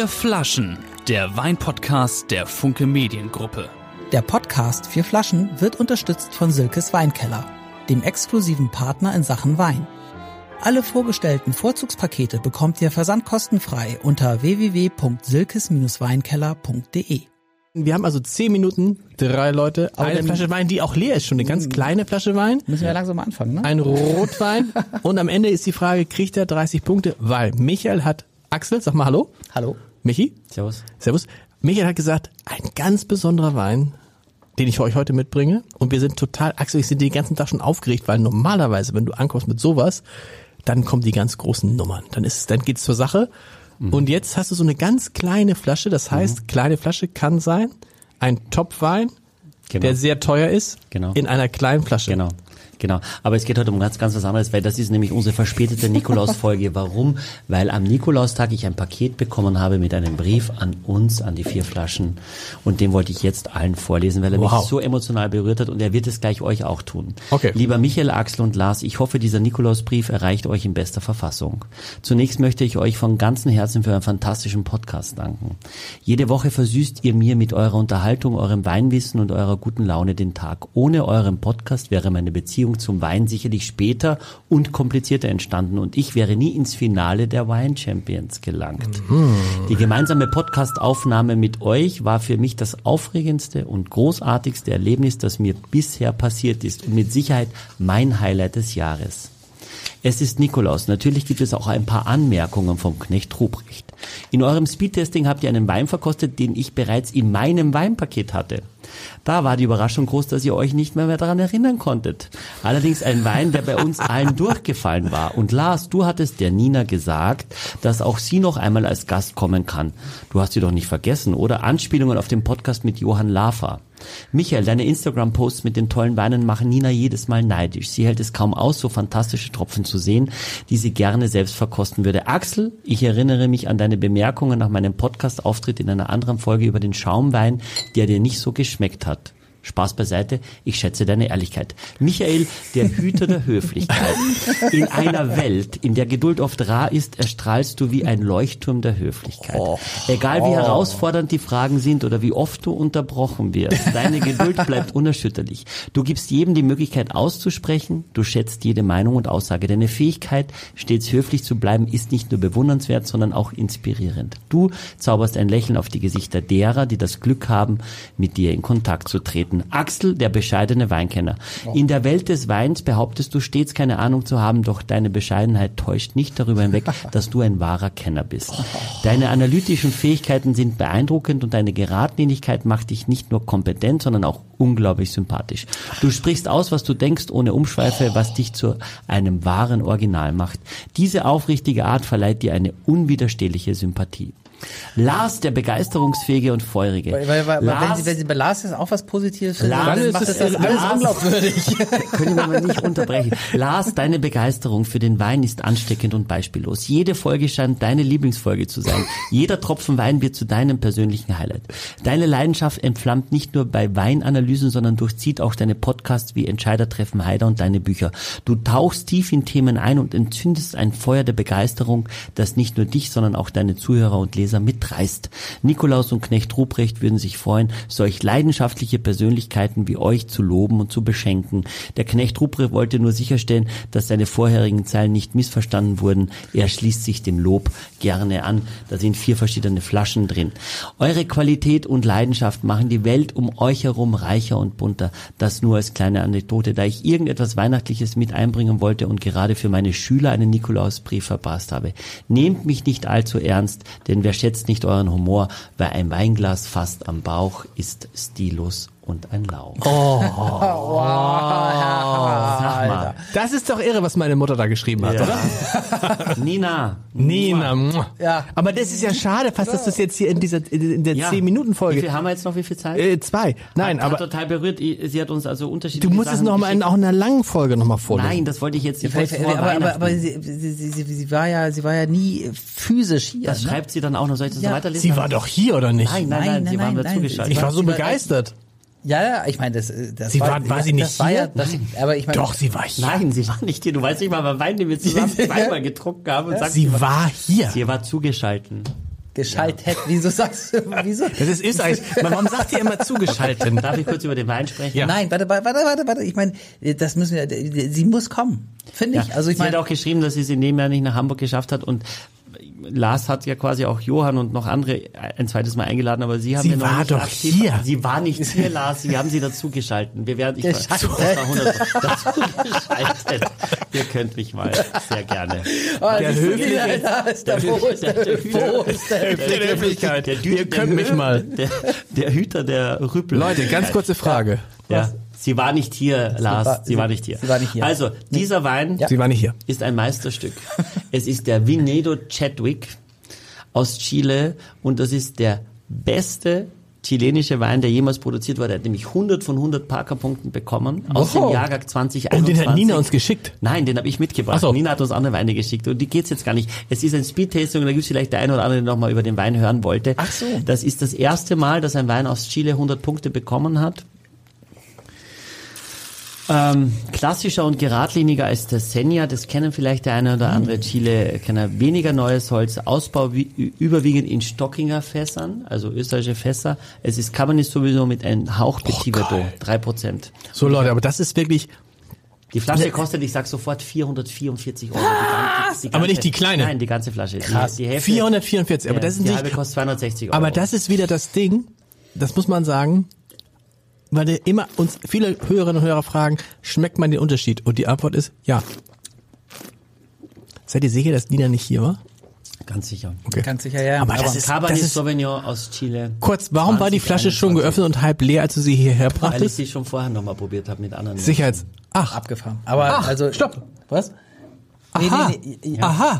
4 Flaschen, der Weinpodcast der Funke Mediengruppe. Der Podcast 4 Flaschen wird unterstützt von Silkes Weinkeller, dem exklusiven Partner in Sachen Wein. Alle vorgestellten Vorzugspakete bekommt ihr versandkostenfrei unter www.silkes-weinkeller.de. Wir haben also 10 Minuten, 3 Leute, eine Flasche Wein, die auch leer ist, schon eine ganz kleine Flasche Wein. Müssen wir langsam anfangen, ne? Ein Rotwein und am Ende ist die Frage, kriegt er 30 Punkte? Weil Michael hat, Axel, sag mal Hallo. Hallo. Michi. Servus. Servus. Michael hat gesagt, ein ganz besonderer Wein, den ich für euch heute mitbringe. Und wir sind total, Axel, ich sind den ganzen Tag schon aufgeregt, weil normalerweise, wenn du ankommst mit sowas, dann kommen die ganz großen Nummern. Dann geht's zur Sache. Und jetzt hast du so eine ganz kleine Flasche, das heißt, kleine Flasche kann sein, ein Topwein, der sehr teuer ist, in einer kleinen Flasche. Genau. Aber es geht heute um ganz was anderes, weil das ist nämlich unsere verspätete Nikolaus-Folge. Warum? Weil am Nikolaustag ich ein Paket bekommen habe mit einem Brief an uns, an die 4 Flaschen. Und den wollte ich jetzt allen vorlesen, weil er mich so emotional berührt hat und er wird es gleich euch auch tun. Okay. Lieber Michael, Axel und Lars, ich hoffe, dieser Nikolausbrief erreicht euch in bester Verfassung. Zunächst möchte ich euch von ganzem Herzen für einen fantastischen Podcast danken. Jede Woche versüßt ihr mir mit eurer Unterhaltung, eurem Weinwissen und eurer guten Laune den Tag. Ohne euren Podcast wäre meine Beziehung zum Wein sicherlich später und komplizierter entstanden und ich wäre nie ins Finale der Wine Champions gelangt. Die gemeinsame Podcast-Aufnahme mit euch war für mich das aufregendste und großartigste Erlebnis, das mir bisher passiert ist und mit Sicherheit mein Highlight des Jahres. Es ist Nikolaus. Natürlich gibt es auch ein paar Anmerkungen vom Knecht Ruprecht. In eurem Speedtesting habt ihr einen Wein verkostet, den ich bereits in meinem Weinpaket hatte. Da war die Überraschung groß, dass ihr euch nicht mehr daran erinnern konntet. Allerdings ein Wein, der bei uns allen durchgefallen war. Und Lars, du hattest der Nina gesagt, dass auch sie noch einmal als Gast kommen kann. Du hast sie doch nicht vergessen, oder? Anspielungen auf den Podcast mit Johann Lafer. Michael, deine Instagram-Posts mit den tollen Weinen machen Nina jedes Mal neidisch. Sie hält es kaum aus, so fantastische Tropfen zu sehen, die sie gerne selbst verkosten würde. Axel, ich erinnere mich an deine Bemerkungen nach meinem Podcast-Auftritt in einer anderen Folge über den Schaumwein, der dir nicht so geschmeckt hat. Spaß beiseite, ich schätze deine Ehrlichkeit. Michael, der Hüter der Höflichkeit. In einer Welt, in der Geduld oft rar ist, erstrahlst du wie ein Leuchtturm der Höflichkeit. Egal wie herausfordernd die Fragen sind oder wie oft du unterbrochen wirst, deine Geduld bleibt unerschütterlich. Du gibst jedem die Möglichkeit auszusprechen, du schätzt jede Meinung und Aussage. Deine Fähigkeit, stets höflich zu bleiben, ist nicht nur bewundernswert, sondern auch inspirierend. Du zauberst ein Lächeln auf die Gesichter derer, die das Glück haben, mit dir in Kontakt zu treten. Axel, der bescheidene Weinkenner. In der Welt des Weins behauptest du stets keine Ahnung zu haben, doch deine Bescheidenheit täuscht nicht darüber hinweg, dass du ein wahrer Kenner bist. Deine analytischen Fähigkeiten sind beeindruckend und deine Geradlinigkeit macht dich nicht nur kompetent, sondern auch unglaublich sympathisch. Du sprichst aus, was du denkst, ohne Umschweife, was dich zu einem wahren Original macht. Diese aufrichtige Art verleiht dir eine unwiderstehliche Sympathie. Lars, der begeisterungsfähige und feurige. Wenn Sie bei Lars jetzt auch was Positives finden, Lars, macht das alles unglaubwürdig. Können wir mal nicht unterbrechen. Lars, deine Begeisterung für den Wein ist ansteckend und beispiellos. Jede Folge scheint deine Lieblingsfolge zu sein. Jeder Tropfen Wein wird zu deinem persönlichen Highlight. Deine Leidenschaft entflammt nicht nur bei Weinanalysen, sondern durchzieht auch deine Podcasts wie Entscheidertreffen Heider und deine Bücher. Du tauchst tief in Themen ein und entzündest ein Feuer der Begeisterung, das nicht nur dich, sondern auch deine Zuhörer und Leser mitreißt. Nikolaus und Knecht Ruprecht würden sich freuen, solch leidenschaftliche Persönlichkeiten wie euch zu loben und zu beschenken. Der Knecht Ruprecht wollte nur sicherstellen, dass seine vorherigen Zeilen nicht missverstanden wurden. Er schließt sich dem Lob gerne an. Da sind 4 verschiedene Flaschen drin. Eure Qualität und Leidenschaft machen die Welt um euch herum reicher und bunter. Das nur als kleine Anekdote, da ich irgendetwas Weihnachtliches mit einbringen wollte und gerade für meine Schüler einen Nikolausbrief verpasst habe. Nehmt mich nicht allzu ernst, denn wer schätzt nicht euren Humor, weil ein Weinglas fast am Bauch ist Stilus und ein Lauch. Wow. Sag mal. Das ist doch irre, was meine Mutter da geschrieben hat, oder? Nina. Ja. Aber das ist ja schade, fast, dass das jetzt hier in der 10-Minuten-Folge... Wie viel haben wir jetzt noch? Wie viel Zeit? 2. Nein, Hat aber... total berührt. Sie hat uns also unterschiedliche Du musst es Sachen noch mal in auch einer langen Folge noch mal vorlesen. Nein, das wollte ich jetzt nicht. Aber sie war ja nie physisch hier. Das schreibt sie dann auch noch. Soll ich das weiterlesen? Sie war doch hier, oder nicht? Nein, sie war mir zugeschaltet. Ich war so begeistert. Ja, ich meine, das sie war sie nicht hier? Aber ich meine, doch, sie war hier. Nein, sie war nicht hier. Du weißt nicht mal, beim Wein, den wir zusammen zweimal getrunken haben. Und sagst, sie war hier. Sie war zugeschaltet. Geschaltet, wieso sagst du, wieso? Das ist Österreich. Warum sagt ihr immer zugeschaltet? Darf ich kurz über den Wein sprechen? Ja. Nein, warte. Ich meine, das müssen wir, sie muss kommen, finde ich. Also ich sie hat meine, auch geschrieben, dass sie nebenher nicht nach Hamburg geschafft hat und Lars hat ja quasi auch Johann und noch andere ein zweites Mal eingeladen, aber sie haben ja noch war nicht doch aktiv. hier. Sie war nicht hier, Lars. Wir haben sie dazu geschalten. Wir werden dazu geschaltet. Ihr könnt mich mal sehr gerne. Der höfliche, Höflichkeit. Ihr könnt mich mal. Der Hüter der Rüppel. Leute, ganz kurze Frage. Ja. Sie war nicht hier, Lars. Sie war nicht hier. Sie war nicht hier. Also, dieser Wein Sie war nicht hier. ist ein Meisterstück. Es ist der Viñedo Chadwick aus Chile und das ist der beste chilenische Wein, der jemals produziert wurde. Er hat nämlich 100 von 100 Parker-Punkten bekommen aus dem Jahrgang 2021. Und den hat Nina uns geschickt. Nein, den habe ich mitgebracht. Ach so. Nina hat uns andere Weine geschickt und die geht's jetzt gar nicht. Es ist ein Speed-Tasting und da gibt's vielleicht der eine oder andere, der noch mal über den Wein hören wollte. Ach so. Das ist das erste Mal, dass ein Wein aus Chile 100 Punkte bekommen hat. Klassischer und geradliniger als der Senya, das kennen vielleicht der eine oder andere. Chile-Kenner. Weniger neues Holz, Ausbau überwiegend in Stockinger Fässern, also österreichische Fässer. Es ist Cabernet sowieso mit einem Hauch Petit Verdot, 3%. So Leute, aber das ist wirklich, Die Flasche kostet, ich sag sofort, 444 €. Aber nicht die kleine? Nein, die ganze Flasche. Krass. Die Hälfte, 444, aber das ist die nicht, halbe kostet 260 €. aber das ist wieder das Ding, das muss man sagen, weil der immer uns viele Hörerinnen und Hörer fragen, schmeckt man den Unterschied? Und die Antwort ist ja. Seid ihr sicher, dass Nina nicht hier war? Ganz sicher. Okay. ganz sicher, ja. Aber das ist, Cabernet Sauvignon aus Chile. kurz, warum war die Flasche schon 2021? geöffnet und halb leer, als du sie hierher Weil ich brachtest? sie schon vorher nochmal probiert habe mit anderen. Ach, abgefahren. Aber also stopp. Was? Aha. Nee.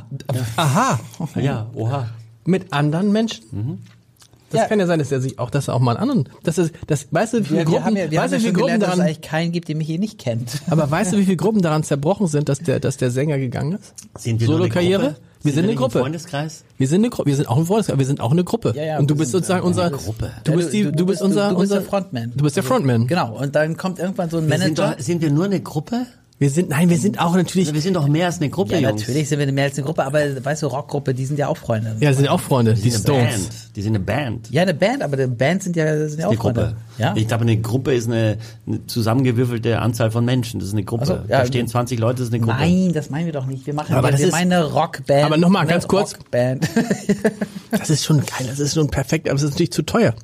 Aha. Ja, oha. Mit anderen Menschen? Das Ja. kann ja sein, dass er auch mal einen anderen, weißt du, wie viele Wir haben ja weißt du, wie viele schon Gruppen gelernt, dass es daran, eigentlich keinen gibt, den mich hier nicht kennt. aber weißt du, wie viele Gruppen daran zerbrochen sind, dass der Sänger gegangen ist? Sind wir nur eine Solo-Karriere? Gruppe? Wir sind eine nicht Gruppe. Im Freundeskreis? Wir sind eine Gruppe, wir sind auch ein Freundeskreis, wir sind auch eine Gruppe. Ja, und du wir bist sind sozusagen unser Gruppe. Du bist der Frontman. Du bist der Frontman. Genau. Und dann kommt irgendwann so ein Wir Manager. sind wir nur eine Gruppe? Wir sind auch natürlich, Wir sind doch mehr als eine Gruppe, Ja, Jungs. natürlich sind wir mehr als eine Gruppe, aber weißt du, Rockgruppe, die sind ja auch Freunde. ja, sind auch Freunde, die Die sind eine Band. Die sind eine Band. Ja, eine Band, aber die Band sind ja auch Eine Freunde. Gruppe. Ja. Ich glaube, eine Gruppe ist eine zusammengewürfelte Anzahl von Menschen. Das ist eine Gruppe. Ach so, ja, Da stehen 20 Leute, das ist eine Gruppe. Nein, das meinen wir doch nicht. Wir machen Aber das wir ist- meinen eine Rockband. Aber noch mal Eine ganz kurz. Rockband. Das ist schon geil, das ist schon perfekt, aber es ist natürlich zu teuer.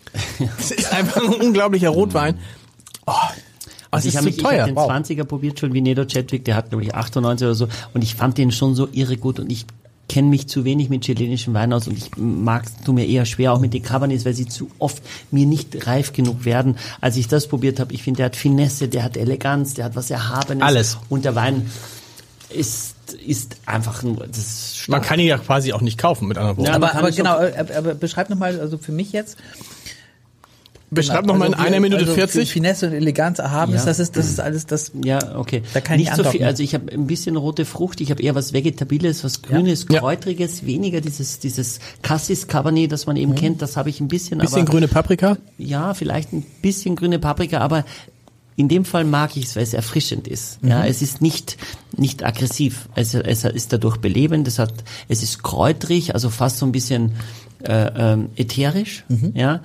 Es ist einfach ein unglaublicher Rotwein. Oh, es Ich ist habe zu teuer. den 20er probiert schon, Viñedo Chadwick, der hat glaube ich 98 oder so und ich fand den schon so irre gut und ich kenne mich zu wenig mit chilenischen Weinen aus und ich tu mir eher schwer auch mit den Cabernets, weil sie zu oft mir nicht reif genug werden. Als ich das probiert habe, ich finde, der hat Finesse, der hat Eleganz, der hat was Erhabenes. Alles. Und der Wein ist einfach nur, das ist stark. Man kann ihn ja quasi auch nicht kaufen, mit anderen Worten. Ja, man aber kann aber es genau, aber beschreib nochmal, also für mich jetzt. Beschreib Genau, noch mal in also einer Minute also 40. Finesse und Eleganz, Erhabenes, Ja. das ist alles das. Ja, okay. Da kann ich nicht so andocken. viel, also ich habe ein bisschen rote Frucht, ich habe eher was Vegetabiles, was Grünes, Ja. Kräutriges, weniger dieses Cassis Cabernet, das man eben kennt, das habe ich ein bisschen. Bisschen aber, grüne Paprika. Ja, vielleicht ein bisschen grüne Paprika, aber in dem Fall mag ich es, weil es erfrischend ist. Ja, es ist nicht aggressiv. Es ist dadurch belebend. Es ist kräutrig, also fast so ein bisschen ätherisch. Ja.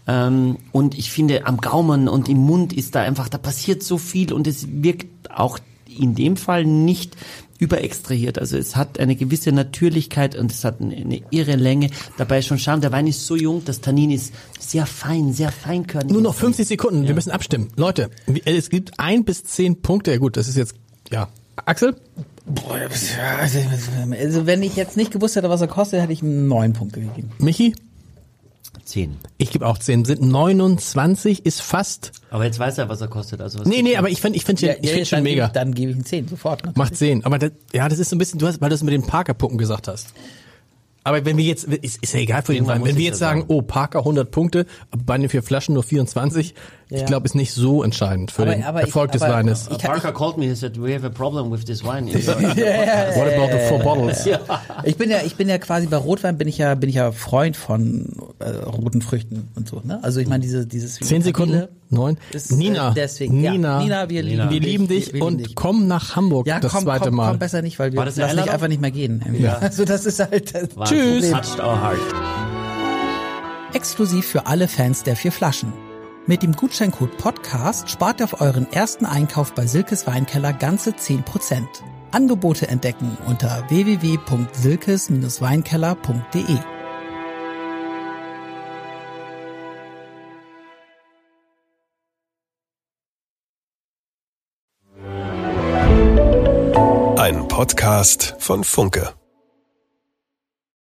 Und ich finde, am Gaumen und im Mund ist da passiert so viel und es wirkt auch in dem Fall nicht überextrahiert. Also es hat eine gewisse Natürlichkeit und es hat eine irre Länge. Dabei ist schon Charme. Der Wein ist so jung, das Tannin ist sehr feinkörnig. Nur noch 50 Sekunden, wir müssen abstimmen. Leute, es gibt 1 bis 10 Punkte. Ja gut, das ist jetzt, ja. Axel? Boah, also wenn ich jetzt nicht gewusst hätte, was er kostet, hätte ich ihm 9 Punkte gegeben. Michi? 10. Ich gebe auch 10. Sind 29, ist fast. Aber jetzt weiß er, was er kostet. Also was Nee, aber ich finde schon mega. Dann gebe ich ihm 10, sofort. Natürlich. Macht 10. Aber das ist so ein bisschen, weil du es mit den Parker-Punkten gesagt hast. Aber wenn wir jetzt, ist ja egal für den Irgendwann Wein, wenn muss wir ich jetzt das sagen, sagen. oh, Parker 100 Punkte, aber bei den 4 Flaschen nur 24, Ich glaube, ist nicht so entscheidend für den Erfolg des Weines. Parker called me and said, we have a problem with this wine. What about the 4 bottles? Ich bin ja quasi bei Rotwein bin ich ja Freund von roten Früchten und so, ne? Also ich meine dieses 10 Sekunden, 9. Nina, deswegen, Nina, wir lieben dich und komm nach Hamburg das zweite Mal. Komm besser nicht, weil wir lassen dich einfach nicht mehr gehen. Ja. Also das ist halt Tschüss. Touched our heart. Exklusiv für alle Fans der 4 Flaschen. Mit dem Gutscheincode Podcast spart ihr auf euren ersten Einkauf bei Silkes Weinkeller ganze 10%. Angebote entdecken unter www.silkes-weinkeller.de. Ein Podcast von Funke.